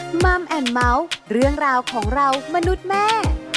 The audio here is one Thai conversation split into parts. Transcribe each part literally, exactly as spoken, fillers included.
มัมแอนด์เมาส์เรื่องราวของเรามนุษย์แม่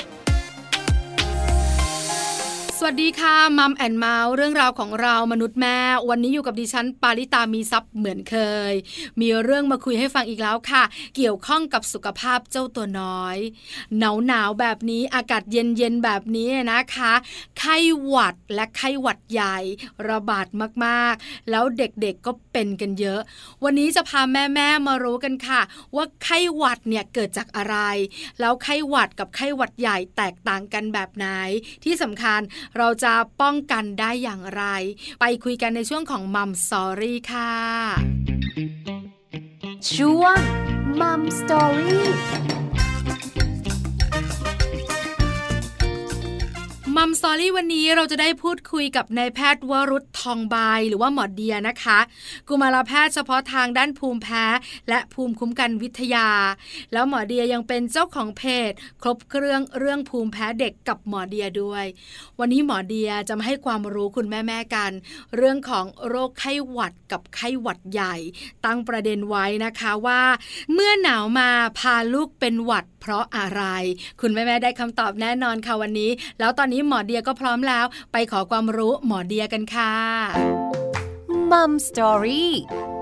สวัสดีค่ะมัมแอนด์เมาส์เรื่องราวของเรามนุษย์แม่วันนี้อยู่กับดิฉันปาริตามีทรัพย์เหมือนเคยมีเรื่องมาคุยให้ฟังอีกแล้วค่ะเกี่ยวข้องกับสุขภาพเจ้าตัวน้อยหนาวหนาวแบบนี้อากาศเย็นเย็นแบบนี้นะคะไข้หวัดและไข้หวัดใหญ่ระบาดมากๆแล้วเด็กๆก็เป็นกันเยอะวันนี้จะพาแม่ๆมารู้กันค่ะว่าไข้หวัดเนี่ยเกิดจากอะไรแล้วไข้หวัดกับไข้หวัดใหญ่แตกต่างกันแบบไหนที่สำคัญเราจะป้องกันได้อย่างไรไปคุยกันในช่วงของมัมสตอรี่ค่ะช่วงมัมสตอรี่มัมสตอรี่วันนี้เราจะได้พูดคุยกับนายแพทย์วรุษทองใบหรือว่าหมอเดียนะคะกุมารแพทย์เฉพาะทางด้านภูมิแพ้และภูมิคุ้มกันวิทยาแล้วหมอเดียยังเป็นเจ้าของเพจครบเครื่องเรื่องภูมิแพ้เด็กกับหมอเดียด้วยวันนี้หมอเดียจะมาให้ความรู้คุณแม่ๆกันเรื่องของโรคไข้หวัดกับไข้หวัดใหญ่ตั้งประเด็นไว้นะคะว่าเมื่อหนาวมาพาลูกเป็นหวัดเพราะอะไรคุณแม่ๆได้คำตอบแน่นอนค่ะวันนี้แล้วตอนนี้หมอเดียก็พร้อมแล้วไปขอความรู้หมอเดียกันค่ะมัมสตอรี่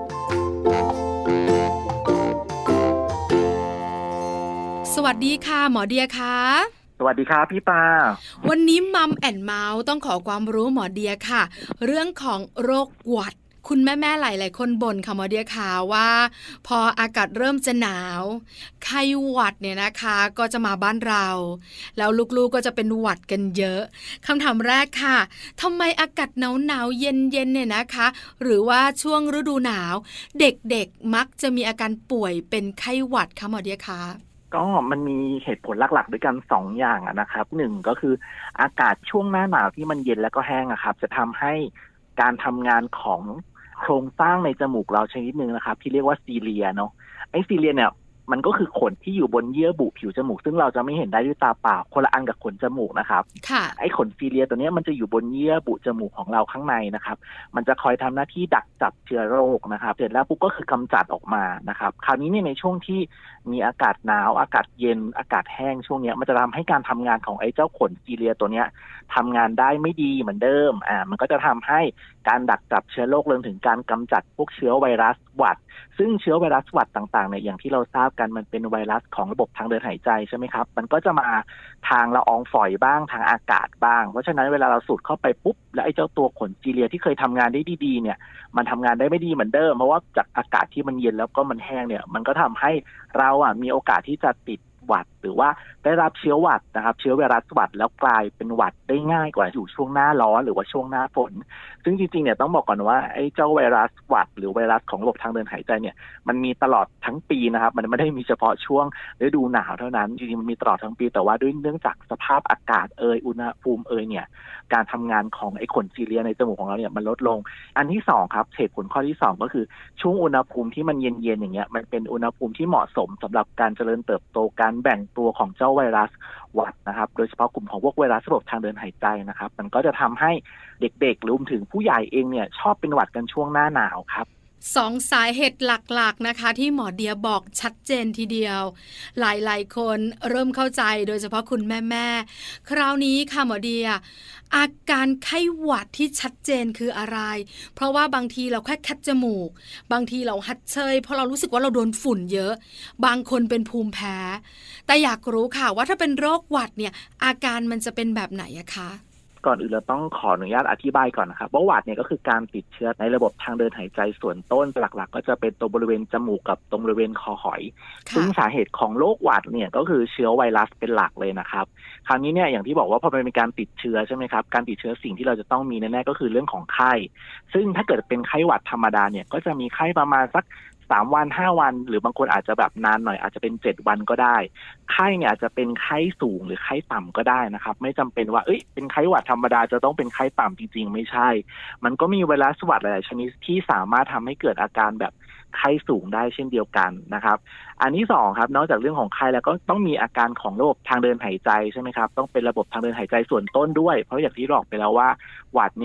สวัสดีค่ะหมอเดียค่ะสวัสดีครับพี่ปาวันนี้มัมแอนด์เมาส์ต้องขอความรู้หมอเดียค่ะเรื่องของโรคหวัดคุณแม่ๆหลายๆคนบ่นค่ะหมอเดียค่ะว่าพออากาศเริ่มจะหนาวไข้หวัดเนี่ยนะคะก็จะมาบ้านเราแล้วลูกๆก็จะเป็นหวัดกันเยอะคำถามแรกค่ะทำไมอากาศหนาวๆเย็นๆเนี่ยนะคะหรือว่าช่วงฤดูหนาวเด็กๆมักจะมีอาการป่วยเป็นไข้หวัดคะหมอเดียคะก็มันมีเหตุผลหลักๆด้วยกันสองอย่างนะครับหนึ่งก็คืออากาศช่วงหน้าหนาวที่มันเย็นแล้วก็แห้งอะครับจะทำให้การทำงานของโครงสร้างในจมูกเราชนิดนึงนะครับที่เรียกว่าซีเลียเนาะไอ้ซีเลียเนี่ยมันก็คือขนที่อยู่บนเยื่อบุผิวจมูกซึ่งเราจะไม่เห็นได้ด้วยตาเปล่าคนละอันกับขนจมูกนะครับไอ้ขนซีเลียตัวนี้มันจะอยู่บนเยื่อบุจมูกของเราข้างในนะครับมันจะคอยทำหน้าที่ดักจับเชื้อโรคนะครับเสร็จแล้วปุ๊บก็คือกำจัดออกมานะครับคราวนี้เนี่ยในช่วงที่มีอากาศหนาวอากาศเย็นอากาศแห้งช่วงนี้มันจะทำให้การทำงานของไอ้เจ้าขนซีเลียตัวเนี้ยทำงานได้ไม่ดีเหมือนเดิมอ่ามันก็จะทำให้การดักจับเชื้อโรครวมถึงการกำจัดพวกเชื้อไวรัสหวัดซึ่งเชื้อไวรัสหวัดต่างๆเนี่ยอย่างที่เราทราบกันมันเป็นไวรัสของระบบทางเดินหายใจใช่ไหมครับมันก็จะมาทางละอองฝอยบ้างทางอากาศบ้างเพราะฉะนั้นเวลาเราสูดเข้าไปปุ๊บแล้วไอ้เจ้าตัวขนซีเลียที่เคยทำงานได้ดีๆเนี่ยมันทำงานได้ไม่ดีเหมือนเดิมเพราะว่าจากอากาศที่มันเย็นแล้วก็มันแห้งเนี่ยมันก็ทำให้เราอ่ะมีโอกาสที่จะติดหวัดหรือว่าได้รับเชื้อหวัดนะครับเชื้อไวรัสหวัดแล้วกลายเป็นหวัดได้ง่ายกว่าอยู่ช่วงหน้าร้อนหรือว่าช่วงหน้าฝนซึ่งจริงๆเนี่ยต้องบอกก่อนว่าไอ้เจ้าไวรัสหวัดหรือไวรัสของระบบทางเดินหายใจเนี่ยมันมีตลอดทั้งปีนะครับมันไม่ได้มีเฉพาะช่วงฤดูหนาวเท่านั้นจริงๆมันมีตลอดทั้งปีแต่ว่าด้วยเนื่องจากสภาพอากาศเอยอุณหภูมิเอยเนี่ยการทำงานของไอ้ขนซีเลียในจมูกของเราเนี่ยมันลดลงอันที่สองครับเหตุผลข้อที่สองก็คือช่วงอุณหภูมิที่มันเย็นๆอย่างเงี้ยมันเป็นอุณหภูมิที่เหมาะสมสำหรับการเจริญเติบโตการแบ่งตัวของเจ้าไวรัสหวัดนะครับโดยเฉพาะกลุ่มของพวกไวรัสระบบทางเดินหายใจนะครับมันก็จะทำให้เด็กๆรวมถึงผู้ใหญ่เองเนี่ยชอบเป็นหวัดกันช่วงหน้าหนาวครับสองสาเหตุหลักๆนะคะที่หมอเดียบอกชัดเจนทีเดียวหลายๆคนเริ่มเข้าใจโดยเฉพาะคุณแม่ๆคราวนี้ค่ะหมอเดียอาการไข้หวัดที่ชัดเจนคืออะไรเพราะว่าบางทีเราแค่คัดจมูกบางทีเราหัดเชยเพราะเรารู้สึกว่าเราโดนฝุ่นเยอะบางคนเป็นภูมิแพ้แต่อยากรู้ค่ะว่าถ้าเป็นโรคหวัดเนี่ยอาการมันจะเป็นแบบไหนอะคะก่อนอื่นเราต้องขออนุญาตอธิบายก่อนนะครับว่าหวัดเนี่ยก็คือการติดเชื้อในระบบทางเดินหายใจส่วนต้นหลักๆก็จะเป็นตรงบริเวณจมูกกับตรงบริเวณคอหอยซึ่งสาเหตุของโรคหวัดเนี่ยก็คือเชื้อไวรัสเป็นหลักเลยนะครับคราวนี้เนี่ยอย่างที่บอกว่าพอมันเป็นการติดเชื้อใช่ไหมครับการติดเชื้อสิ่งที่เราจะต้องมีแน่ๆก็คือเรื่องของไข้ซึ่งถ้าเกิดเป็นไข้หวัดธรรมดาเนี่ยก็จะมีไข้ประมาณสักสามวันห้าวันหรือบางคนอาจจะแบบนานหน่อยอาจจะเป็นเจ็ดวันก็ได้ไข้เนี่ยอาจจะเป็นไข้สูงหรือไข้ต่ำก็ได้นะครับไม่จำเป็นว่าเอ้ยเป็นไข้หวัดธรรมดาจะต้องเป็นไข้ต่ำจริงๆไม่ใช่มันก็มีไวรัสหวัดหลายๆชนิดที่สามารถทำให้เกิดอาการแบบไข้สูงได้เช่นเดียวกันนะครับอันที่สองครับนอกจากเรื่องของไข้แล้วก็ต้องมีอาการของระบบทางเดินหายใจใช่ไหมครับต้องเป็นระบบทางเดินหายใจส่วนต้นด้วยเพราะอย่างที่บอกไปแล้วว่าหวัดเนี่ยเ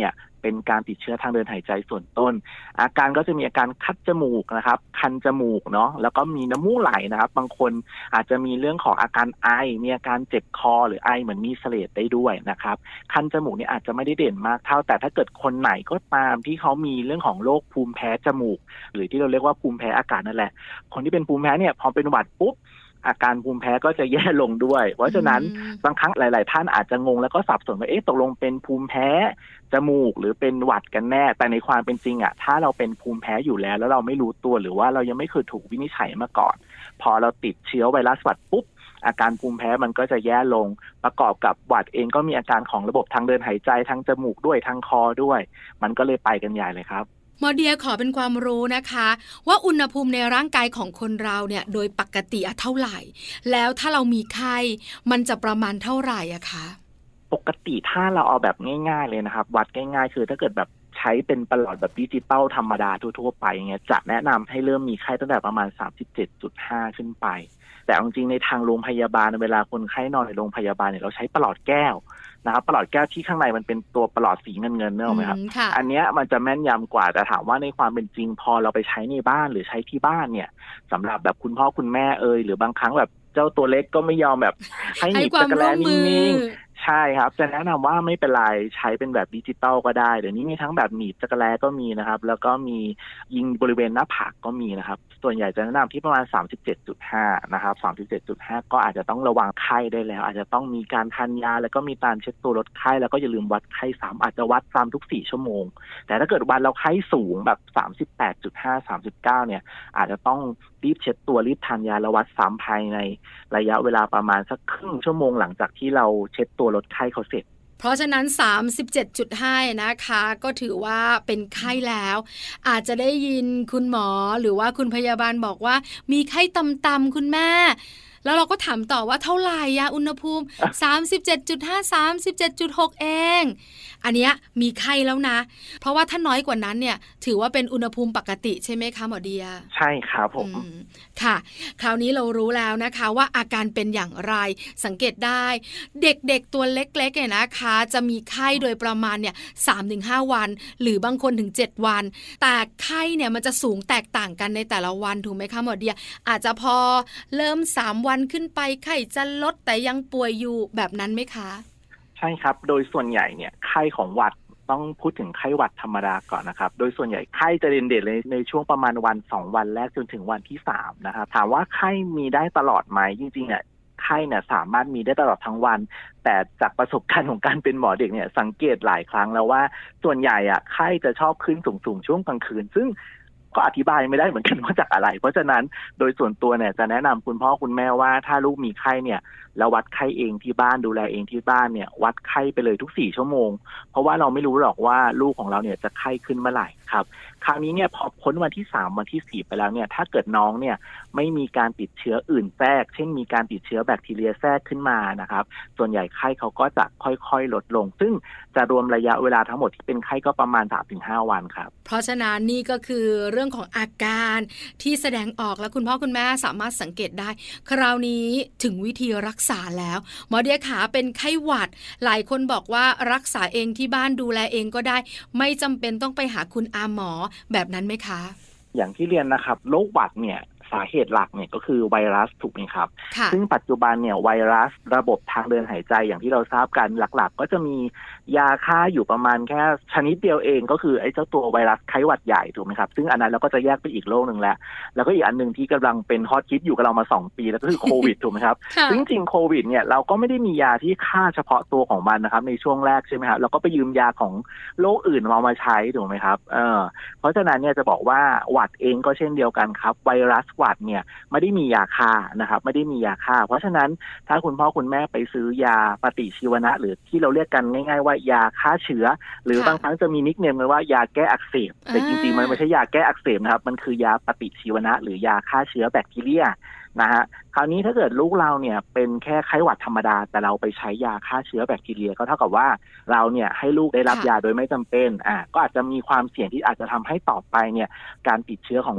เป็นการติดเชื้อทางเดินหายใจส่วนต้นอาการก็จะมีอาการคัดจมูกนะครับคันจมูกเนาะแล้วก็มีน้ำมูกไหลนะครับบางคนอาจจะมีเรื่องของอาการไอมีอาการเจ็บคอหรือไอเหมือนมีเสลดได้ด้วยนะครับคันจมูกเนี่ยอาจจะไม่ได้เด่นมากเท่าแต่ถ้าเกิดคนไหนก็ตามที่เขามีเรื่องของโรคภูมิแพ้จมูกหรือที่เราเรียกว่าภูมิแพ้อากาศนั่นแหละคนที่เป็นภูมิแพ้เนี่ยพอเป็นหวัดปุ๊บอาการภูมิแพ้ก็จะแย่ลงด้วยเพราะฉะนั้นบางครั้งหลายๆท่านอาจจะงงแล้วก็สับสนว่าเอ๊ะตกลงเป็นภูมิแพ้จมูกหรือเป็นหวัดกันแน่แต่ในความเป็นจริงอ่ะถ้าเราเป็นภูมิแพ้อยู่แล้วแล้วเราไม่รู้ตัวหรือว่าเรายังไม่เคยถูกวินิจฉัยมาก่อนพอเราติดเชื้อไวรัสหวัดปุ๊บอาการภูมิแพ้มันก็จะแย่ลงประกอบกับหวัดเองก็มีอาการของระบบทางเดินหายใจทางจมูกด้วยทางคอด้วยมันก็เลยไปกันใหญ่เลยครับหมอเดียขอเป็นความรู้นะคะว่าอุณหภูมิในร่างกายของคนเราเนี่ยโดยปกติเท่าไหร่แล้วถ้าเรามีไข้มันจะประมาณเท่าไหร่อะคะปกติถ้าเราเอาแบบง่ายๆเลยนะครับวัดง่ายๆคือถ้าเกิดแบบใช้เป็นประหลอดแบบดิจิตอลธรรมดาทั่วๆไปเงี้ยจะแนะนำให้เริ่มมีไข้ตั้งแต่ประมาณ สามสิบเจ็ดจุดห้า ขึ้นไปแต่จริงๆในทางโรงพยาบาลเวลาคนไข้นอนในโรงพยาบาลเนี่ยเราใช้ประหลอดแก้วนะครับประหลอดแก้วที่ข้างในมันเป็นตัวประหลอดสีเงินเงินเนี่ยหรอไหมครับอันเนี้ยมันจะแม่นยำกว่าแต่ถามว่าในความเป็นจริงพอเราไปใช้ในบ้านหรือใช้ที่บ้านเนี่ยสำหรับแบบคุณพ่อคุณแม่เอ่ยหรือบางครั้งแบบเจ้าตัวเล็กก็ไม่ยอมแบบให้หนีบตะกร้านิ่งๆใช่ครับจะแนะนำว่าไม่เป็นไรใช้เป็นแบบดิจิตอลก็ได้เดี๋ยวนี้มีทั้งแบบหนีบตะกร้าก็มีนะครับแล้วก็มียิงบริเวณหน้าผากก็มีนะครับส่วนใหญ่จะแนะนำที่ประมาณ สามสิบเจ็ดจุดห้า นะครับ สามสิบเจ็ดจุดห้า ก็อาจจะต้องระวังไข้ได้แล้วอาจจะต้องมีการทานยาแล้วก็มีการเช็ดตัวลดไข้แล้วก็อย่าลืมวัดไข้ซ้ำอาจจะวัดซ้ำทุกสี่ชั่วโมงแต่ถ้าเกิดวันเราไข้สูงแบบ สามสิบแปดจุดห้า สามสิบเก้า เนี่ยอาจจะต้องรีบเช็ดตัวรีบทานยาแล้ววัดซ้ำภายในระยะเวลาประมาณสักครึ่งชั่วโมงหลังจากที่เราเช็ดตัวลดไข้เขาเสร็จเพราะฉะนั้น สามสิบเจ็ดจุดห้า นะคะก็ถือว่าเป็นไข้แล้วอาจจะได้ยินคุณหมอหรือว่าคุณพยาบาลบอกว่ามีไข้ต่ำๆคุณแม่แล้วเราก็ถามต่อว่าเท่าไหร่อะอุณหภูมิ สามสิบเจ็ดจุดห้า สามสิบเจ็ดจุดหก เองอันเนี้ยมีไข้แล้วนะเพราะว่าถ้าน้อยกว่านั้นเนี่ยถือว่าเป็นอุณหภูมิปกติใช่ไหมคะหมอเดียใช่ครับผมค่ะคราวนี้เรารู้แล้วนะคะว่าอาการเป็นอย่างไรสังเกตได้เด็กๆตัวเล็กๆเนี่ยนะคะจะมีไข้โดยประมาณเนี่ย สามถึงห้า วันหรือบางคนถึงเจ็ดวันแต่ไข้เนี่ยมันจะสูงแตกต่างกันในแต่ละวันถูกไหมคะหมอเดียอาจจะพอเริ่มสามวันขึ้นไปไข้จะลดแต่ยังป่วยอยู่แบบนั้นไหมคะใช่ครับโดยส่วนใหญ่เนี่ยไข้ของหวัดต้องพูดถึงไข้หวัดธรรมดาก่อนนะครับโดยส่วนใหญ่ไข้จะเด่นๆเลยในช่วงประมาณวันสองวันแรกจนถึงวันที่สามนะครับถามว่าไข้มีได้ตลอดไหมจริงๆอ่ะไข้เนี่ยสามารถมีได้ตลอดทั้งวันแต่จากประสบการณ์ของการเป็นหมอเด็กเนี่ยสังเกตหลายครั้งแล้วว่าส่วนใหญ่อ่ะไข้จะชอบขึ้นสูงๆช่วงกลางคืนซึ่งก็อธิบายไม่ได้เหมือนกันว่าจากอะไรเพราะฉะนั้นโดยส่วนตัวเนี่ยจะแนะนำคุณพ่อคุณแม่ว่าถ้าลูกมีไข้เนี่ยแล้ววัดไข้เองที่บ้านดูแลเองที่บ้านเนี่ยวัดไข้ไปเลยทุกสี่ชั่วโมงเพราะว่าเราไม่รู้หรอกว่าลูกของเราเนี่ยจะไข้ขึ้นเมื่อไหร่ครับคราวนี้เนี่ยพอพ้นวันที่สามวันที่สี่ไปแล้วเนี่ยถ้าเกิดน้องเนี่ยไม่มีการติดเชื้ออื่นแทรกเช่นมีการติดเชื้อแบคทีเรียแทรกขึ้นมานะครับส่วนใหญ่ไข้เขาก็จะค่อยๆลดลงซึ่งจะรวมระยะเวลาทั้งหมดที่เป็นไข้ก็ประมาณ สามถึงห้า วันครับเพราะฉะนั้นนี่ก็คือเรื่องของอาการที่แสดงออกและคุณพ่อคุณแม่สามารถสังเกตได้คราวนี้ถึงวิธีรักษาแล้วหมอเดียขาเป็นไข้หวัดหลายคนบอกว่ารักษาเองที่บ้านดูแลเองก็ได้ไม่จำเป็นต้องไปหาคุณอาหมอแบบนั้นไหมคะอย่างที่เรียนนะครับโรคหวัดเนี่ยสาเหตุหลักเนี่ยก็คือไวรัสถูกไหมครับซึ่งปัจจุบันเนี่ยไวรัสระบบทางเดินหายใจอย่างที่เราทราบกันหลักๆก็จะมียาฆ่าอยู่ประมาณแค่ชนิดเดียวเองก็คือไอ้เจ้าตัวไวรัสไข้หวัดใหญ่ถูกไหมครับซึ่งอันนั้นเราก็จะแยกไปอีกโรคนึงแล้วแล้วก็อีกอันนึงที่กำลังเป็นฮอตฮิตอยู่กับเรามาสองปีแล้วก็คือโควิดถูกไหมครับซึ่งจริงโควิดเนี่ยเราก็ไม่ได้มียาที่ฆ่าเฉพาะตัวของมันนะครับในช่วงแรกใช่ไหมครับเราก็ไปยืมยาของโรคอื่นมามาใช้ถูกไหมครับเออเพราะฉะนั้นเนี่ยจะบอกว่าหวัดเองก็เช่นเดียวกันครับไวรัสหวัดเนี่ยไม่ได้มียาฆ่านะครับไม่ได้มียาฆ่าเพราะฉะนั้นถ้าคุณพ่อคุณแม่ไปซื้อยาปฏิชีวนะหรือที่เราเรียกกันง่ายๆว่ายาฆ่าเชื้อหรือบางครั้งจะมีนิกเนมกันว่ายาแก้อักเสบแต่จริงๆมันไม่ใช่ยาแก้อักเสบนะครับมันคือยาปฏิชีวนะหรือยาฆ่าเชื้อแบคทีเรียนะฮะคราวนี้ถ้าเกิดลูกเราเนี่ยเป็นแค่ไข้หวัดธรรมดาแต่เราไปใช้ยาฆ่าเชื้อแบคทีเรียก็เท่ากับว่าเราเนี่ยให้ลูกได้รับยาโดยไม่จำเป็นอ่าก็อาจจะมีความเสี่ยงที่อาจจะทำให้ต่อไปเนี่ยการติดเชื้อของลูก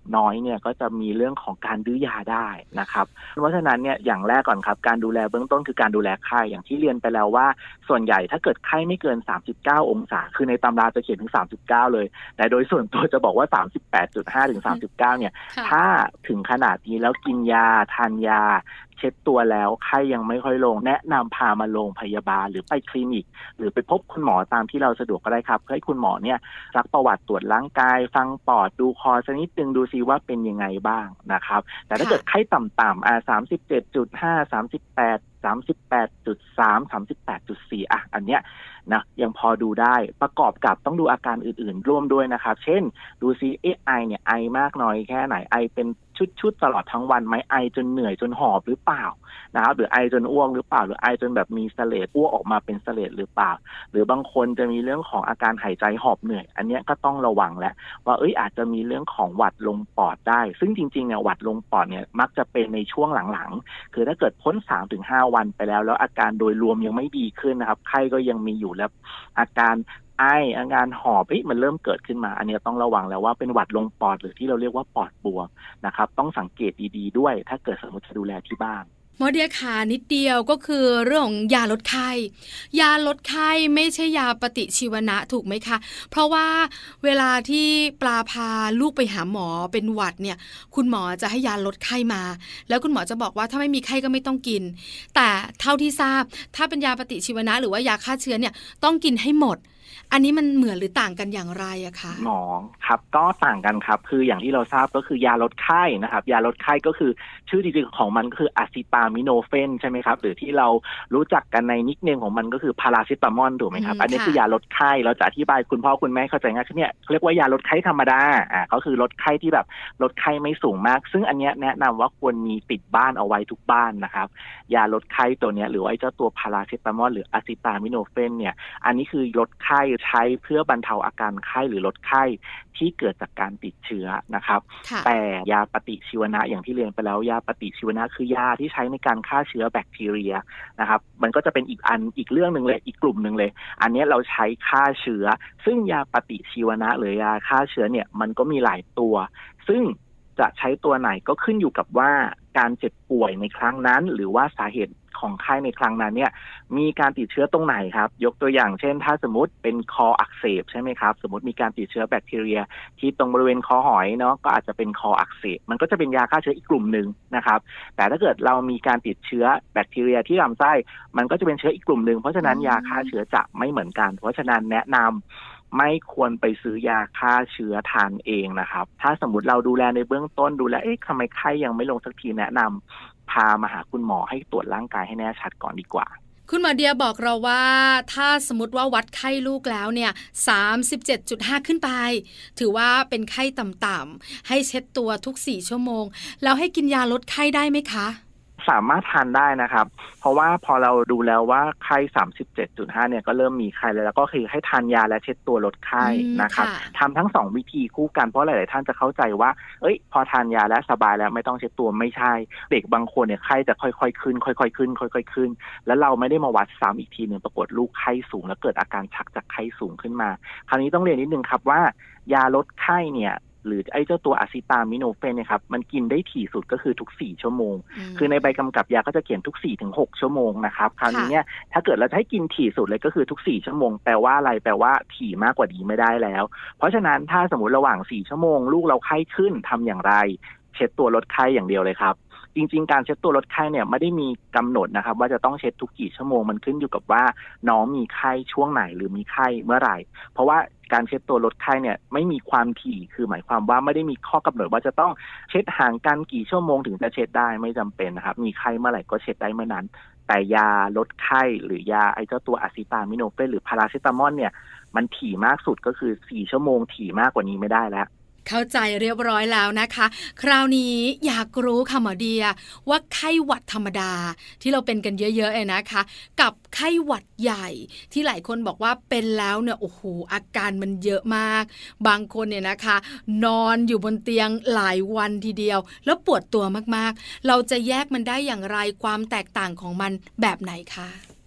น้อยเนี่ยก็จะมีเรื่องของการดื้อยาได้นะครับเพราะฉะนั้นเนี่ยอย่างแรกก่อนครับการดูแลเบื้องต้นคือการดูแลไข้อย่างที่เรียนไปแล้วว่าส่วนใหญ่ถ้าเกิดไข้ไม่เกินสามสิบเก้าองศาคือในตำราจะเขียนถึงสามสิบเก้าเลยแต่โดยส่วนตัวจะบอกว่า สามสิบแปดจุดห้า ถึงสามสิบเก้าเนี่ยถ้าถึงขนาดนี้แล้วกินยาทานยาเช็ดตัวแล้วไข้ยังไม่ค่อยลงแนะนำพามาโรงพยาบาลหรือไปคลินิกหรือไปพบคุณหมอตามที่เราสะดวกก็ได้ครับเพื่อให้คุณหมอเนี่ยซักประวัติตรวจร่างกายฟังปอดดูคอสักนิดนึงดูซิว่าเป็นยังไงบ้างนะครับแต่ถ้าเกิดไข้ต่ำๆอ่า สามสิบเจ็ดจุดห้า สามสิบแปด สามสิบแปดจุดสาม สามสิบแปดจุดสี่ อ่ะอันเนี้ยนะยังพอดูได้ประกอบกับต้องดูอาการอื่นๆร่วมด้วยนะครับเช่นดูซิเอ๊ะไอเนี่ยไอมากน้อยแค่ไหนไอเป็นชุดๆตลอดทั้งวันไหมไอจนเหนื่อยจนหอบหรือเปล่านะครับหรือไอจนอ้วกหรือเปล่าหรือไอจนแบบมีเสลดอ้วกออกมาเป็นเสลดหรือเปล่าหรือบางคนจะมีเรื่องของอาการหายใจหอบเหนื่อยอันนี้ก็ต้องระวังแล้วว่าเอ้ยอาจจะมีเรื่องของหวัดลงปอดได้ซึ่งจริงๆเนี่ยหวัดลงปอดเนี่ยมักจะเป็นในช่วงหลังๆคือถ้าเกิดพ้น สามถึงห้า วันไปแล้วแล้วอาการโดยรวมยังไม่ดีขึ้นนะครับไข้ก็ยังมีอยู่แล้วอาการไออาการหอบเอ๊ะมันเริ่มเกิดขึ้นมาอันนี้ต้องระวังแล้วว่าเป็นหวัดลงปอดหรือที่เราเรียกว่าปอดบวมนะครับต้องสังเกตดีๆด้วยถ้าเกิดสมมติจะดูแลที่บ้านหมอเดียขานิดเดียวก็คือเรื่องของยาลดไข้ยาลดไข้ไม่ใช่ยาปฏิชีวนะถูกไหมคะเพราะว่าเวลาที่ปลาพาลูกไปหาหมอเป็นหวัดเนี่ยคุณหมอจะให้ยาลดไข้มาแล้วคุณหมอจะบอกว่าถ้าไม่มีไข้ก็ไม่ต้องกินแต่เท่าที่ทราบถ้าเป็นยาปฏิชีวนะหรือว่ายาฆ่าเชื้อเนี่ยต้องกินให้หมดอันนี้มันเหมือนหรือต่างกันอย่างไรอะคะหมอครับก็ต่างกันครับคืออย่างที่เราทราบก็คือยาลดไข้นะครับยาลดไข้ก็คือชื่อจริงๆของมันก็คืออะซิตามิโนเฟนใช่ไหมครับหรือที่เรารู้จักกันในนิคเนมของมันก็คือพาราซิตามอลถูกไหมครับอันนี้คือยาลดไข้เราจะอธิบายคุณพ่อคุณแม่เข้าใจง่ายขึ้นเนี่ยเรียกว่ายาลดไข้ธรรมดาอ่าก็คือลดไข้ที่แบบลดไข้ไม่สูงมากซึ่งอันนี้แนะนำว่าควรมีติดบ้านเอาไว้ทุกบ้านนะครับยาลดไข้ตัวนี้หรือว่าเจ้าตัวพาราซิตามอลหรืออะซิตามิโนเฟนเนี่ยอันนี้คือลดไข้ใช้เพื่อบรรเทาอาการไข้หรือลดไข้ที่เกิดจากการติดเชื้อนะครับแต่ยาปฏิชีวนะอย่างที่เรียนไปแล้วยาปฏิชีวนะคือยาที่ใช้ในการฆ่าเชื้อแบคทีเรียนะครับมันก็จะเป็นอีกอันอีกเรื่องนึงเลยอีกกลุ่มนึงเลยอันนี้เราใช้ฆ่าเชื้อซึ่งยาปฏิชีวนะหรือยาฆ่าเชื้อเนี่ยมันก็มีหลายตัวซึ่งจะใช้ตัวไหนก็ขึ้นอยู่กับว่าการเจ็บป่วยในครั้งนั้นหรือว่าสาเหตุของไข้ในครั้งนั้นเนี่ยมีการติดเชื้อตรงไหนครับยกตัวอย่างเช่นถ้าสมมติเป็นคออักเสบใช่ไหมครับสมมติมีการติดเชื้อแบคทีเรียที่ตรงบริเวณคอหอยเนาะก็อาจจะเป็นคออักเสบมันก็จะเป็นยาฆ่าเชื้ออีกกลุ่มนึงนะครับแต่ถ้าเกิดเรามีการติดเชื้อแบคทีเรียที่ลำไส้มันก็จะเป็นเชื้ออีกกลุ่มนึงเพราะฉะนั้นยาฆ่าเชื้อจะไม่เหมือนกันเพราะฉะนั้นแนะนำไม่ควรไปซื้อยาฆ่าเชื้อทานเองนะครับถ้าสมมติเราดูแลในเบื้องต้นดูแลเอ๊ะทำไมไข้ยังไม่ลงสักทีแนะนำพามาหาคุณหมอให้ตรวจร่างกายให้แน่ชัดก่อนดีกว่าคุณหมอเดียบอกเราว่าถ้าสมมติว่าวัดไข้ลูกแล้วเนี่ย สามสิบเจ็ดจุดห้า ขึ้นไปถือว่าเป็นไข้ต่ำๆให้เช็ดตัวทุกสี่ชั่วโมงแล้วให้กินยาลดไข้ได้ไหมคะสามารถทานได้นะครับเพราะว่าพอเราดูแล้วว่าไข้ สามสิบเจ็ดจุดห้า เนี่ยก็เริ่มมีไข้แล้วแล้วก็คือให้ทานยาและเช็ดตัวลดไข้นะครับทำทั้งสองวิธีคู่กันเพราะหลายๆท่านจะเข้าใจว่าเอ้ยพอทานยาแล้วสบายแล้วไม่ต้องเช็ดตัวไม่ใช่เด็กบางคนเนี่ยไข้จะค่อยๆขึ้นค่อยๆขึ้นค่อยๆขึ้นแล้วเราไม่ได้มาวัดซ้ำอีกทีนึงปรากฏลูกไข้สูงแล้วเกิดอาการชักจากไข้สูงขึ้นมาคราวนี้ต้องเรียนนิดนึงครับว่ายาลดไข้เนี่ยหรือไอ้เจ้าตัวอะซิตามิโนเฟนเนี่ยครับมันกินได้ถี่สุดก็คือทุกสี่ชั่วโมงคือในใบกำกับยาก็จะเขียนทุก สี่ถึงหก ชั่วโมงนะครับคราวนี้เนี่ยถ้าเกิดเราจะให้กินถี่สุดเลยก็คือทุกสี่ชั่วโมงแปลว่าอะไรแปลว่าถี่มากกว่านี้ไม่ได้แล้วเพราะฉะนั้นถ้าสมมุติระหว่างสี่ชั่วโมงลูกเราไข้ขึ้นทำอย่างไรเช็ดตัวลดไข้อย่างเดียวเลยครับจริงๆการเช็ดตัวลดไข้เนี่ยไม่ได้มีกำหนดนะครับว่าจะต้องเช็ดทุกกี่ชั่วโมงมันขึ้นอยู่กับว่าน้องมีไข้ช่วงไหนหรือมีไข้เมื่อไหร่เพราะว่าการเช็ดตัวลดไข้เนี่ยไม่มีความถี่คือหมายความว่าไม่ได้มีข้อกำหนดว่าจะต้องเช็ดห่างกันกี่ชั่วโมงถึงจะเช็ดได้ไม่จำเป็นนะครับมีไข้เมื่อไหร่ก็เช็ดได้เมื่อนั้นแต่ยาลดไข้หรือยาไอ้เจ้าตัวอะซิตามิโนเฟนหรือพาราซิตามอลเนี่ยมันถี่มากสุดก็คือสี่ชั่วโมงถี่มากกว่านี้ไม่ได้แล้วเข้าใจเรียบร้อยแล้วนะคะคราวนี้อยากรู้ค่ะหมอเดียว่าไข้หวัดธรรมดาที่เราเป็นกันเยอะๆเองนะคะกับไข้หวัดใหญ่ที่หลายคนบอกว่าเป็นแล้วเนี่ยโอ้โหอาการมันเยอะมากบางคนเนี่ยนะคะนอนอยู่บนเตียงหลายวันทีเดียวแล้วปวดตัวมากๆเราจะแยกมันได้อย่างไรความแตกต่างของมันแบบไหนคะ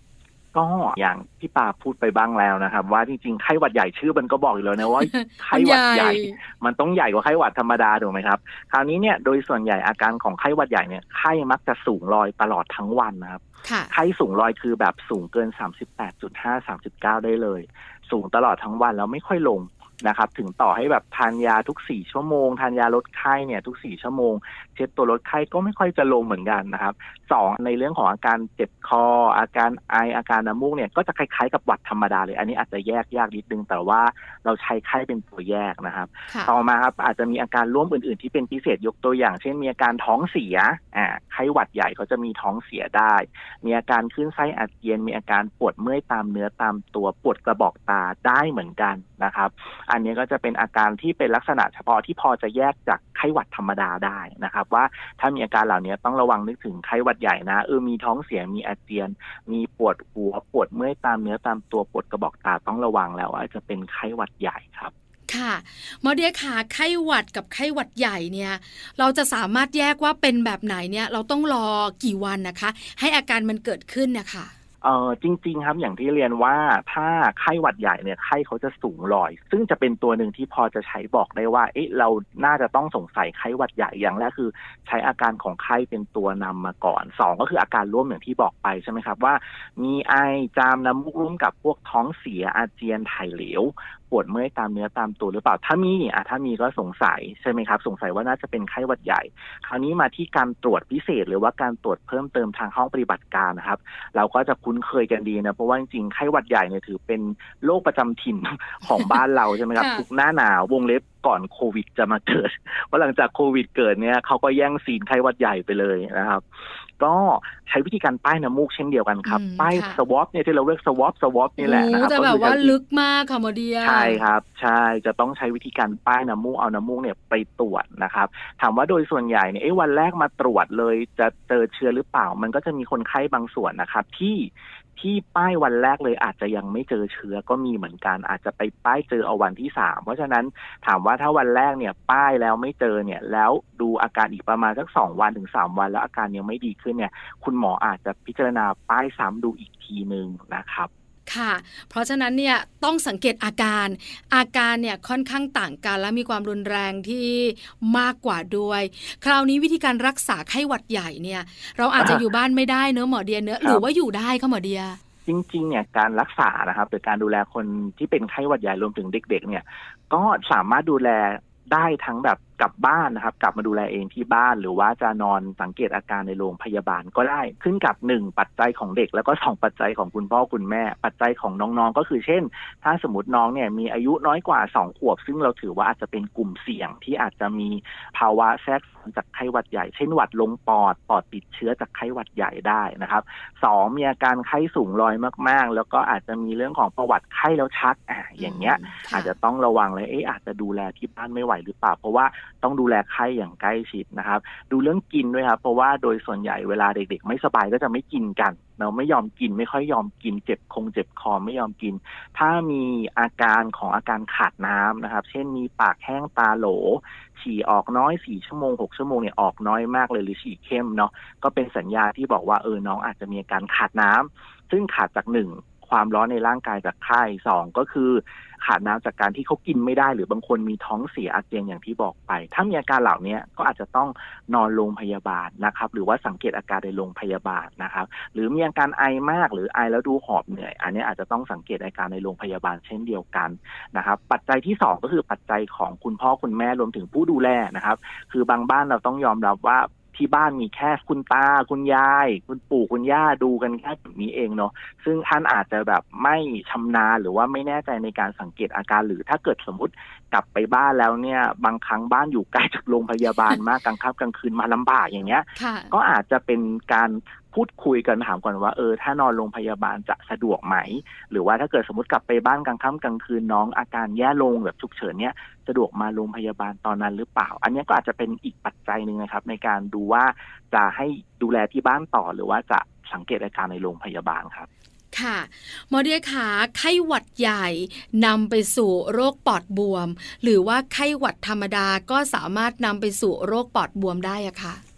ก็อย่างที่ปาพูดไปบ้างแล้วนะครับว่าจริงๆไข้หวัดใหญ่ชื่อมันก็บอกอยู่แล้วนะว่า ไข้หวัดใหญ่มันต้องใหญ่กว่าไข้หวัดธรรมดาถูกไหมครับคราวนี้เนี่ยโดยส่วนใหญ่อาการของไข้หวัดใหญ่เนี่ยไข้มักจะสูงลอยตลอดทั้งวันนะครับไข้สูงลอยคือแบบสูงเกิน สามสิบแปดจุดห้า สามสิบเก้า ได้เลยสูงตลอดทั้งวันแล้วไม่ค่อยลงนะครับถึงต่อให้แบบทานยาทุกสี่ชั่วโมงทานยาลดไข้เนี่ยทุกสี่ชั่วโมงเช็ดตัวลดไข้ก็ไม่ค่อยจะลงเหมือนกันนะครับสองในเรื่องของอาการเจ็บคออาการไออาการน้ำมูกเนี่ยก็จะคล้ายๆกับหวัดธรรมดาเลยอันนี้อาจจะแยกยากนิดนึงแต่ว่าเราใช้ไข้เป็นตัวแยกนะครับต่อมาครับอาจจะมีอาการร่วมอื่นๆที่เป็นพิเศษยกตัวอย่างเช่นมีอาการท้องเสียอ่าไข้หวัดใหญ่เขาจะมีท้องเสียได้มีอาการคลื่นไส้อาเจียนมีอาการปวดเมื่อยตามเนื้อตามตัวปวดกระบอกตาได้เหมือนกันนะครับอันนี้ก็จะเป็นอาการที่เป็นลักษณะเฉพาะที่พอจะแยกจากไข้หวัดธรรมดาได้นะครับว่าถ้ามีอาการเหล่านี้ต้องระวังนึกถึงไข้หวัดใหญ่นะเออมีท้องเสียมีอาเจียนมีปวดหัวปวดเมื่อยตามเนื้อตามตัวปวดกระบอกตาต้องระวังแล้วว่าจะเป็นไข้หวัดใหญ่ครับค่ะหมอเดียค่ะไข้หวัดกับไข้หวัดใหญ่เนี่ยเราจะสามารถแยกว่าเป็นแบบไหนเนี่ยเราต้องรอกี่วันนะคะให้อาการมันเกิดขึ้นนะคะเออจริงๆครับอย่างที่เรียนว่าถ้าไข้หวัดใหญ่เนี่ยไข้เขาจะสูงลอยซึ่งจะเป็นตัวหนึ่งที่พอจะใช้บอกได้ว่าเอ๊ะเราน่าจะต้องสงสัยไข้หวัดใหญ่อย่างแรกคือใช้อาการของไข้เป็นตัวนำมาก่อนสองก็คืออาการร่วมอย่างที่บอกไปใช่ไหมครับว่ามีไอจามน้ำมูกร่วมกับพวกท้องเสียอาเจียนถ่ายเหลวปวดเมื่อยตามเนื้อตามตัวหรือเปล่าถ้ามีอ่ะถ้ามีก็สงสัยใช่ไหมครับสงสัยว่าน่าจะเป็นไข้หวัดใหญ่คราวนี้มาที่การตรวจพิเศษหรือว่าการตรวจเพิ่มเติมทางห้องปฏิบัติการนะครับเราก็จะคุ้นเคยกันดีนะเพราะว่าจริงๆไข้หวัดใหญ่เนี่ยถือเป็นโรคประจำถิ่น ของบ้านเราใช่ไหมครับ ทุกหน้าหนาววงเล็บก่อนโควิดจะมาเกิดเพราะหลังจากโควิดเกิดเนี่ยเขาก็แย่งซีนไข้หวัดใหญ่ไปเลยนะครับก็ใช้วิธีการป้ายน้ำมูกเช่นเดียวกันครับป้ายสวอปเนี่ยที่เราเรียกสวอปสวอปนี่แหละนะครับก็จะแบบว่าลึกมากค่ะหมอเดียใช่ครับใช่จะต้องใช้วิธีการป้ายน้ำมูกเอาน้ำมูกเนี่ยไปตรวจนะครับถามว่าโดยส่วนใหญ่เนี่ยวันแรกมาตรวจเลยจะเจอเชื้อหรือเปล่ามันก็จะมีคนไข้บางส่วนนะครับที่ที่ป้ายวันแรกเลยอาจจะยังไม่เจอเชื้อก็มีเหมือนกันอาจจะไปป้ายเจอเอาวันที่สามเพราะฉะนั้นถามว่าถ้าวันแรกเนี่ยป้ายแล้วไม่เจอเนี่ยแล้วดูอาการอีกประมาณสักสองวันถึงสามวันแล้วอาการยังไม่ดีขึ้นเนี่ยคุณหมออาจจะพิจารณาป้ายซ้ำดูอีกทีนึงนะครับค่ะเพราะฉะนั้นเนี่ยต้องสังเกตอาการอาการเนี่ยค่อนข้างต่างกันและมีความรุนแรงที่มากกว่าด้วยคราวนี้วิธีการรักษาไข้หวัดใหญ่เนี่ยเราอาจจะอยู่บ้านไม่ได้เนอะหมอเดียเนอะหรือว่าอยู่ได้คะหมอเดียจริงๆเนี่ยการรักษานะครับหรือการดูแลคนที่เป็นไข้หวัดใหญ่รวมถึงเด็กๆเนี่ยก็สามารถดูแลได้ทั้งแบบกลับบ้านนะครับกลับมาดูแลเองที่บ้านหรือว่าจะนอนสังเกตอาการในโรงพยาบาลก็ได้ขึ้นกับหนึ่งปัจจัยของเด็กแล้วก็สองปัจจัยของคุณพ่อคุณแม่ปัจจัยของน้องๆก็คือเช่นถ้าสมมติน้องเนี่ยมีอายุน้อยกว่าสองขวบซึ่งเราถือว่าอาจจะเป็นกลุ่มเสี่ยงที่อาจจะมีภาวะแทรกซ้อนจากไข้หวัดใหญ่เช่นหวัดลงปอดปอดติดเชื้อจากไข้หวัดใหญ่ได้นะครับสองมีอาการไข้สูงลอยมากๆแล้วก็อาจจะมีเรื่องของประวัติไข้แล้วชักอ่ะอย่างเงี้ยอาจจะต้องระวังเลยเอ๊ะอาจจะดูแลที่บ้านไม่ไหวหรือเปล่าเพราะว่าต้องดูแลไข้อย่างใกล้ชิดนะครับดูเรื่องกินด้วยครับเพราะว่าโดยส่วนใหญ่เวลาเด็กๆไม่สบายก็จะไม่กินกันเราไม่ยอมกินไม่ค่อยยอมกินเจ็บคงเจ็บคอไม่ยอมกินถ้ามีอาการของอาการขาดน้ำนะครับเช่นมีปากแห้งตาโหลฉี่ออกน้อยสี่ชั่วโมงหกชั่วโมงเนี่ยออกน้อยมากเลยหรือฉี่เข้มเนาะก็เป็นสัญญาที่บอกว่าเออน้องอาจจะมีอาการขาดน้ำซึ่งขาดจากหนึ่งความร้อนในร่างกายจากไข้สองก็คือขาดน้ำจากการที่เขากินไม่ได้หรือบางคนมีท้องเสียอาเจียนอย่างที่บอกไปถ้ามีอาการเหล่านี้ก็อาจจะต้องนอนโรงพยาบาลนะครับหรือว่าสังเกตอาการในโรงพยาบาลนะครับหรือมีอาการไอมากหรือไอแล้วดูหอบเหนื่อยอันนี้อาจจะต้องสังเกตอาการในโรงพยาบาลเช่นเดียวกันนะครับปัจจัยที่สองก็คือปัจจัยของคุณพ่อคุณแม่รวมถึงผู้ดูแลนะครับคือบางบ้านเราต้องยอมรับว่าที่บ้านมีแค่คุณตาคุณยายคุณปู่คุณย่าดูกันแค่แบบนี้เองเนาะซึ่งท่านอาจจะแบบไม่ชำนาญหรือว่าไม่แน่ใจในการสังเกตอาการหรือถ้าเกิดสมมติกลับไปบ้านแล้วเนี่ยบางครั้งบ้านอยู่ใกล้จากโรงพยาบาลมากกลางค่ำกลางคืนมาลำบากอย่างเงี้ยก็อาจจะเป็นการพูดคุยกันถามก่อนว่าเออถ้านอนโรงพยาบาลจะสะดวกไหมหรือว่าถ้าเกิดสมมติกลับไปบ้านกลางค่ำกลางคืนน้องอาการแย่ลงแบบฉุกเฉินเนี่ยสะดวกมาโรงพยาบาลตอนนั้นหรือเปล่าอันนี้ก็อาจจะเป็นอีกปัจจัยนึงนะครับในการดูว่าจะให้ดูแลที่บ้านต่อหรือว่าจะสังเกตอาการในโรงพยาบาลครับค่ะหมอเดียขาไข้หวัดใหญ่นำไปสู่โรคปอดบวมหรือว่าไข้หวัดธรรมดาก็สามารถนำไปสู่โรคปอดบวมได้อะค่ะจ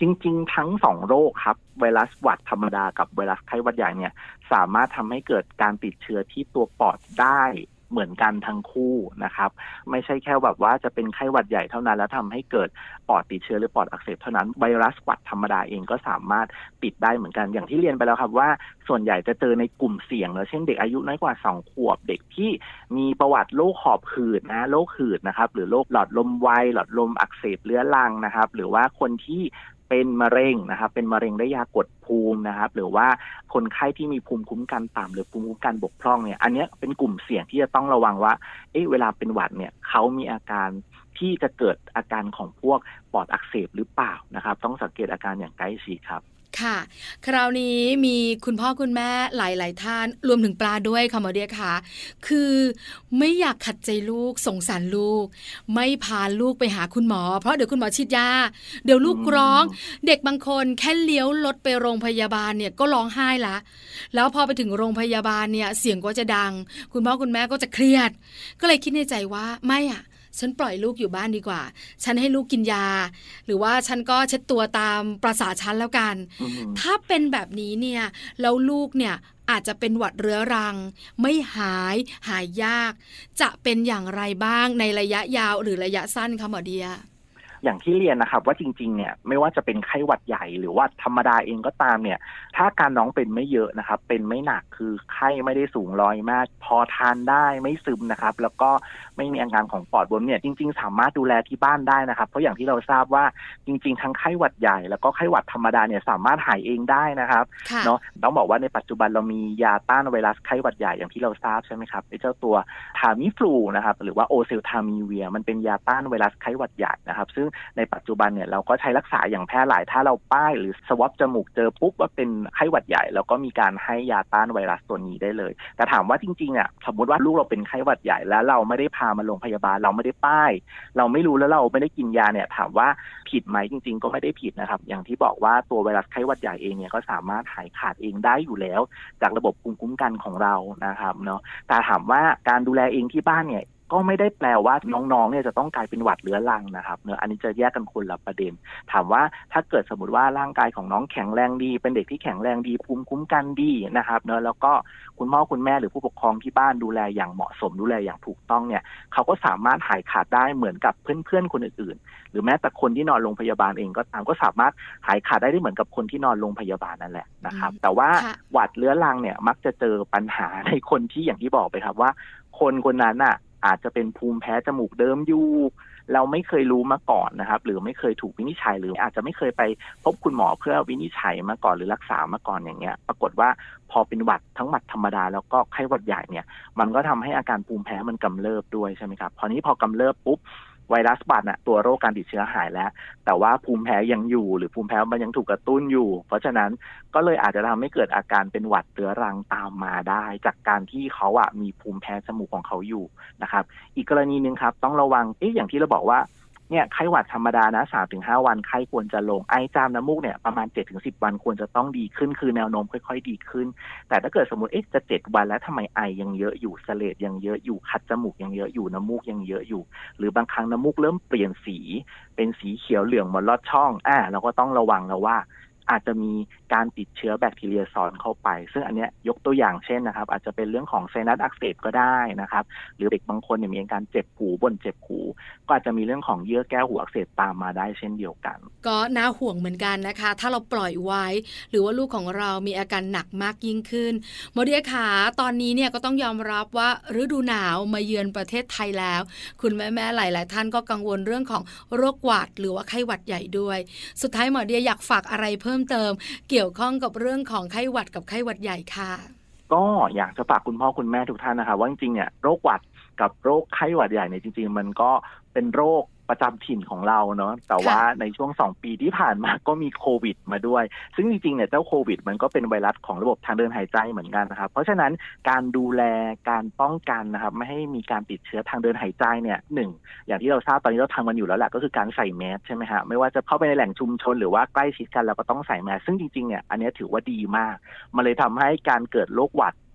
จริงๆทั้งสองโรคครับไวรัสหวัดธรรมดากับไวรัสไข้หวัดใหญ่เนี่ยสามารถทำให้เกิดการติดเชื้อที่ตัวปอดได้เหมือนกันทั้งคู่นะครับไม่ใช่แค่แบบว่าจะเป็นไข้หวัดใหญ่เท่านั้นแล้วทำให้เกิดปอดติดเชื้อหรือปอดอักเสบเท่านั้นไวรัสหวัดธรรมดาเองก็สามารถติดได้เหมือนกันอย่างที่เรียนไปแล้วครับว่าส่วนใหญ่จะเจอในกลุ่มเสี่ยงแล้วเช่นเด็กอายุน้อยกว่าสองขวบเด็กที่มีประวัติโรคหอบหืดนะโรคหืดนะครับหรือโรคหลอดลมไวหลอดลมอักเสบเรื้อรังนะครับหรือว่าคนที่เป็นมะเร็งนะครับเป็นมะเร็งได้ยากดภูมินะครับหรือว่าคนไข้ที่มีภูมิคุ้มกันต่ำหรือภูมิคุ้มกันบกพร่องเนี่ยอันนี้เป็นกลุ่มเสี่ยงที่จะต้องระวังว่าเอ๊ะเวลาเป็นหวัดเนี่ยเขามีอาการที่จะเกิดอาการของพวกปอดอักเสบหรือเปล่านะครับต้องสังเกตอาการอย่างใกล้ชิดครับค่ะคราวนี้มีคุณพ่อคุณแม่หลายๆท่านรวมถึงปลาด้วยค่ะหมอเดียค่ะคือไม่อยากขัดใจลูกสงสารลูกไม่พาลูกไปหาคุณหมอเพราะเดี๋ยวคุณหมอฉีดยาเดี๋ยวลูกร้องเด็กบางคนแค่เลี้ยวรถไปโรงพยาบาลเนี่ยก็ร้องไห้ละแล้วพอไปถึงโรงพยาบาลเนี่ยเสียงก็จะดังคุณพ่อคุณแม่ก็จะเครียดก็เลยคิดในใจว่าไม่อะฉันปล่อยลูกอยู่บ้านดีกว่าฉันให้ลูกกินยาหรือว่าฉันก็เช็ดตัวตามประสาฉันแล้วกันถ้าเป็นแบบนี้เนี่ยแล้วลูกเนี่ยอาจจะเป็นหวัดเรื้อรังไม่หายหายยากจะเป็นอย่างไรบ้างในระยะยาวหรือระยะสั้นคะหมอเดียอย่างที่เรียนนะครับว่าจริงๆเนี่ยไม่ว่าจะเป็นไข้หวัดใหญ่หรือว่าธรรมดาเองก็ตามเนี่ยถ้าการน้องเป็นไม่เยอะนะครับเป็นไม่หนักคือไข้ไม่ได้สูงลอยมากพอทานได้ไม่ซึมนะครับแล้วก็ไม่มีอาการของปอดบวมเนี่ยจริงๆสามารถดูแลที่บ้านได้นะครับเพราะอย่างที่เราทราบว่าจริงๆทั้งไข้หวัดใหญ่แล้วก็ไข้หวัดธรรมดาเนี่ยสามารถหายเองได้นะครับเนาะต้องบอกว่าในปัจจุบันเรามียาต้านไวรัสไข้หวัดใหญ่อย่างที่เราทราบใช่ไหมครับไอ้เจ้าตัวทามิฟลูนะครับหรือว่าโอเซลทามีเวียมันเป็นยาต้านไวรัสไข้หวัดใหญ่นะครับซึ่งในปัจจุบันเนี่ยเราก็ใช้รักษาอย่างแพร่หลายถ้าเราป้ายหรือสวอปจมูกเจอปุ๊บว่าเป็นไข้หวัดใหญ่แล้วก็มีการให้ยาต้านไวรัสตัวนี้ได้เลยแต่ถามว่าจริงๆอ่ะสมมติว่าลูกเราเป็นไข้หวัดใหญ่แล้วเราไม่ได้พามาโรงพยาบาลเราไม่ได้ป้ายเราไม่รู้แล้วเราไม่ได้กินยาเนี่ยถามว่าผิดไหมจริงๆก็ไม่ได้ผิดนะครับอย่างที่บอกว่าตัวไวรัสไข้หวัดใหญ่เองเนี่ยก็สามารถหายขาดเองได้อยู่แล้วจากระบบภูมิคุ้มกันของเรานะครับเนาะแต่ถามว่าการดูแลเองที่บ้านเนี่ยก็ไม่ได้แปลว่าน้องๆเนี่ยจะต้องกลายเป็นหวัดเรื้อรังนะครับเนอะอันนี้จะแยกกันคนละประเด็นถามว่าถ้าเกิดสมมติว่าร่างกายของน้องแข็งแรงดีเป็นเด็กที่แข็งแรงดีภูมิคุ้มกันดีนะครับเนอะแล้วก็คุณพ่อคุณแม่หรือผู้ปกครองที่บ้านดูแลอย่างเหมาะสมดูแลอย่างถูกต้องเนี่ยเขาก็สามารถหายขาดได้เหมือนกับเพื่อนๆคนอื่นๆหรือแม้แต่คนที่นอนโรงพยาบาลเองก็ตามก็สามารถหายขาดได้ได้เหมือนกับคนที่นอนโรงพยาบาลนั่นแหละนะครับแต่ว่าหวัดเรื้อรังเนี่ยมักจะเจอปัญหาในคนที่อย่างที่บอกไปครับว่าคนคนนั้นน่ะอาจจะเป็นภูมิแพ้จมูกเดิมอยู่เราไม่เคยรู้มาก่อนนะครับหรือไม่เคยถูกวินิจฉัยหรืออาจจะไม่เคยไปพบคุณหมอเพื่อวินิจฉัยมาก่อนหรือรักษามาก่อนอย่างเงี้ยปรากฏว่าพอเป็นหวัดทั้งหวัดธรรมดาแล้วก็ไข้หวัดใหญ่เนี่ยมันก็ทำให้อาการภูมิแพ้มันกำเริบด้วยใช่ไหมครับพอนี้พอกำเริบปุ๊บไวรัสหวัดน่ะตัวโรคการติดเชื้อหายแล้วแต่ว่าภูมิแพ้ยังอยู่หรือภูมิแพ้มันยังถูกกระตุ้นอยู่เพราะฉะนั้นก็เลยอาจจะทำให้เกิดอาการเป็นหวัดเรื้อรังตามมาได้จากการที่เขาอ่ะมีภูมิแพ้จมูกของเขาอยู่นะครับอีกกรณีนึงครับต้องระวังเอ๊ะอย่างที่เราบอกว่าเนี่ยไข้หวัดธรรมดานะ สามถึงห้า วันไข้ควรจะลงไอจามน้ำมูกเนี่ยประมาณ เจ็ดถึงสิบ วันควรจะต้องดีขึ้นคือแนวโน้มค่อยๆดีขึ้นแต่ถ้าเกิดสมมุติเอ๊ะจะเจ็ดวันแล้วทำไมไอยังเยอะอยู่เสลดยังเยอะอยู่คัดจมูกยังเยอะอยู่น้ำมูกยังเยอะอยู่หรือบางครั้งน้ำมูกเริ่มเปลี่ยนสีเป็นสีเขียวเหลืองเหมือนลอดช่องอ่าเราก็ต้องระวังแล้วว่าอาจจะมีการติดเชื้อแบคทีเรียซ้อนเข้าไปซึ่งอันเนี้ยยกตัวอย่างเช่นนะครับอาจจะเป็นเรื่องของไซนัสอักเสบก็ได้นะครับหรือเด็กบางคนเนี่ยมีอาการเจ็บหูบ่นเจ็บหูก็อาจจะมีเรื่องของเยื่อแก้วหูอักเสบตามมาได้เช่นเดียวกันก็น่าห่วงเหมือนกันนะคะถ้าเราปล่อยไว้หรือว่าลูกของเรามีอาการหนักมากยิ่งขึ้นหมอเดียขาตอนนี้เนี่ยก็ต้องยอมรับว่าฤดูหนาวมาเยือนประเทศไทยแล้วคุณแม่ๆหลายๆท่านก็กังวลเรื่องของโรคหวัดหรือว่าไข้หวัดใหญ่ด้วยสุดท้ายหมอเดียอยากฝากอะไรเพิ่มเติมเกี่ยวข้องกับเรื่องของไข้หวัดกับไข้หวัดใหญ่ค่ะก็อยากจะฝากคุณพ่อคุณแม่ทุกท่านนะคะว่าจริงๆเนี่ยโรคหวัดกับโรคไข้หวัดใหญ่เนี่ยจริงๆมันก็เป็นโรคประจำถิ่นของเราเนาะแต่ว่าในช่วงสองปีที่ผ่านมาก็มีโควิดมาด้วยซึ่งจริงๆเนี่ยเจ้าโควิดมันก็เป็นไวรัสของระบบทางเดินหายใจเหมือนกันนะครับเพราะฉะนั้นการดูแลการป้องกันนะครับไม่ให้มีการติดเชื้อทางเดินหายใจเนี่ยหนึ่งอย่างที่เราทราบตอนนี้เราทำกันอยู่แล้วแหละก็คือการใส่แมสใช่ไหมฮะไม่ว่าจะเข้าไปในแหล่งชุมชนหรือว่าใกล้ชิดกันเราก็ต้องใส่แมสซึ่งจริงๆเนี่ยอันนี้ถือว่าดีมากมันเลยทำให้การเกิดโรคหวัด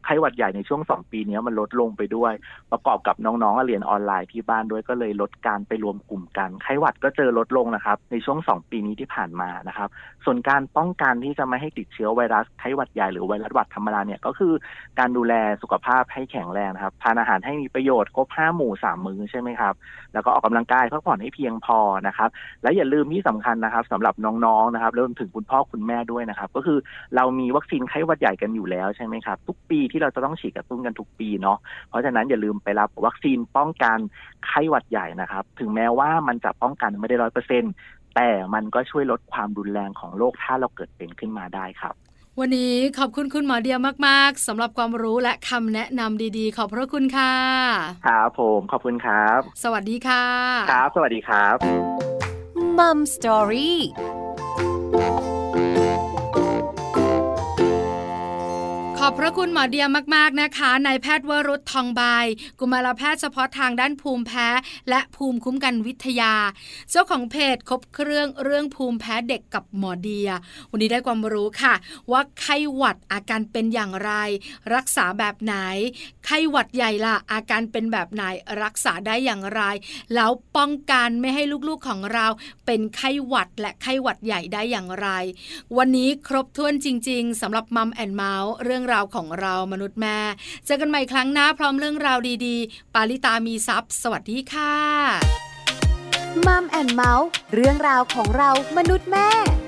ไข้หวัดใหญ่ในช่วงสองปีนี้มันลดลงไปด้วยประกอบกับน้องๆเรียนออนไลน์ที่บ้านด้วยก็เลยลดการไปรวมกลุ่มกันไข้หวัดก็เจอลดลงนะครับในช่วงสองปีนี้ที่ผ่านมานะครับส่วนการป้องกันที่จะไม่ให้ติดเชื้อไวรัสไข้หวัดใหญ่หรือไวรัสหวัดธรรมดาเนี่ยก็คือการดูแลสุขภาพให้แข็งแรงนะครับทานอาหารให้มีประโยชน์ครบห้าหมู่สามมื้อใช่ไหมครับแล้วก็ออกกำลังกายพักผ่อนให้เพียงพอนะครับและอย่าลืมที่สำคัญนะครับสำหรับน้องๆนะครับรวมถึงคุณพ่อคุณแม่ด้วยนะครับก็คือเรามีวัคซีนไข้หวัดใหญ่กันอยู่แล้วใช่ไหมครับทุกปีที่เราจะต้องฉีดกระตุ้นกันทุกปีเนาะเพราะฉะนั้นอย่าลืมไปรับวัคซีนป้องกันไข้หวัดใหญ่นะครับถึงแม้ว่ามันจะป้องกันไม่ได้ ร้อยเปอร์เซ็นต์ แต่มันก็ช่วยลดความรุนแรงของโรคถ้าเราเกิดเป็นขึ้นมาได้ครับวันนี้ขอบคุณคุณหมอเดียมากๆสำหรับความรู้และคำแนะนำดีๆขอบพระคุณค่ะครับผมขอบคุณครับสวัสดีค่ะครับสวัสดีครับ Mum Story ขอบพระคุณหมอเดียมากๆนะคะนายแพทย์วรุษทองใบกุมารแพทย์เฉพาะทางด้านภูมิแพ้และภูมิคุ้มกันวิทยาเจ้าของเพจครบเครื่องเรื่องภูมิแพ้เด็กกับหมอเดียวันนี้ได้ความรู้ค่ะว่าไข้หวัดอาการเป็นอย่างไรรักษาแบบไหนไข้หวัดใหญ่ล่ะอาการเป็นแบบไหนรักษาได้อย่างไรแล้วป้องกันไม่ให้ลูกๆของเราเป็นไข้หวัดและไข้หวัดใหญ่ได้อย่างไรวันนี้ครบถ้วนจริงๆสำหรับมัมแอนด์เมาส์เรื่องราวของเรามนุษย์แม่เจอกันใหม่ครั้งหน้าพร้อมเรื่องราวดีๆปาริตามีทรัพย์สวัสดีค่ะมัมแอนด์เมาส์เรื่องราวของเรามนุษย์แม่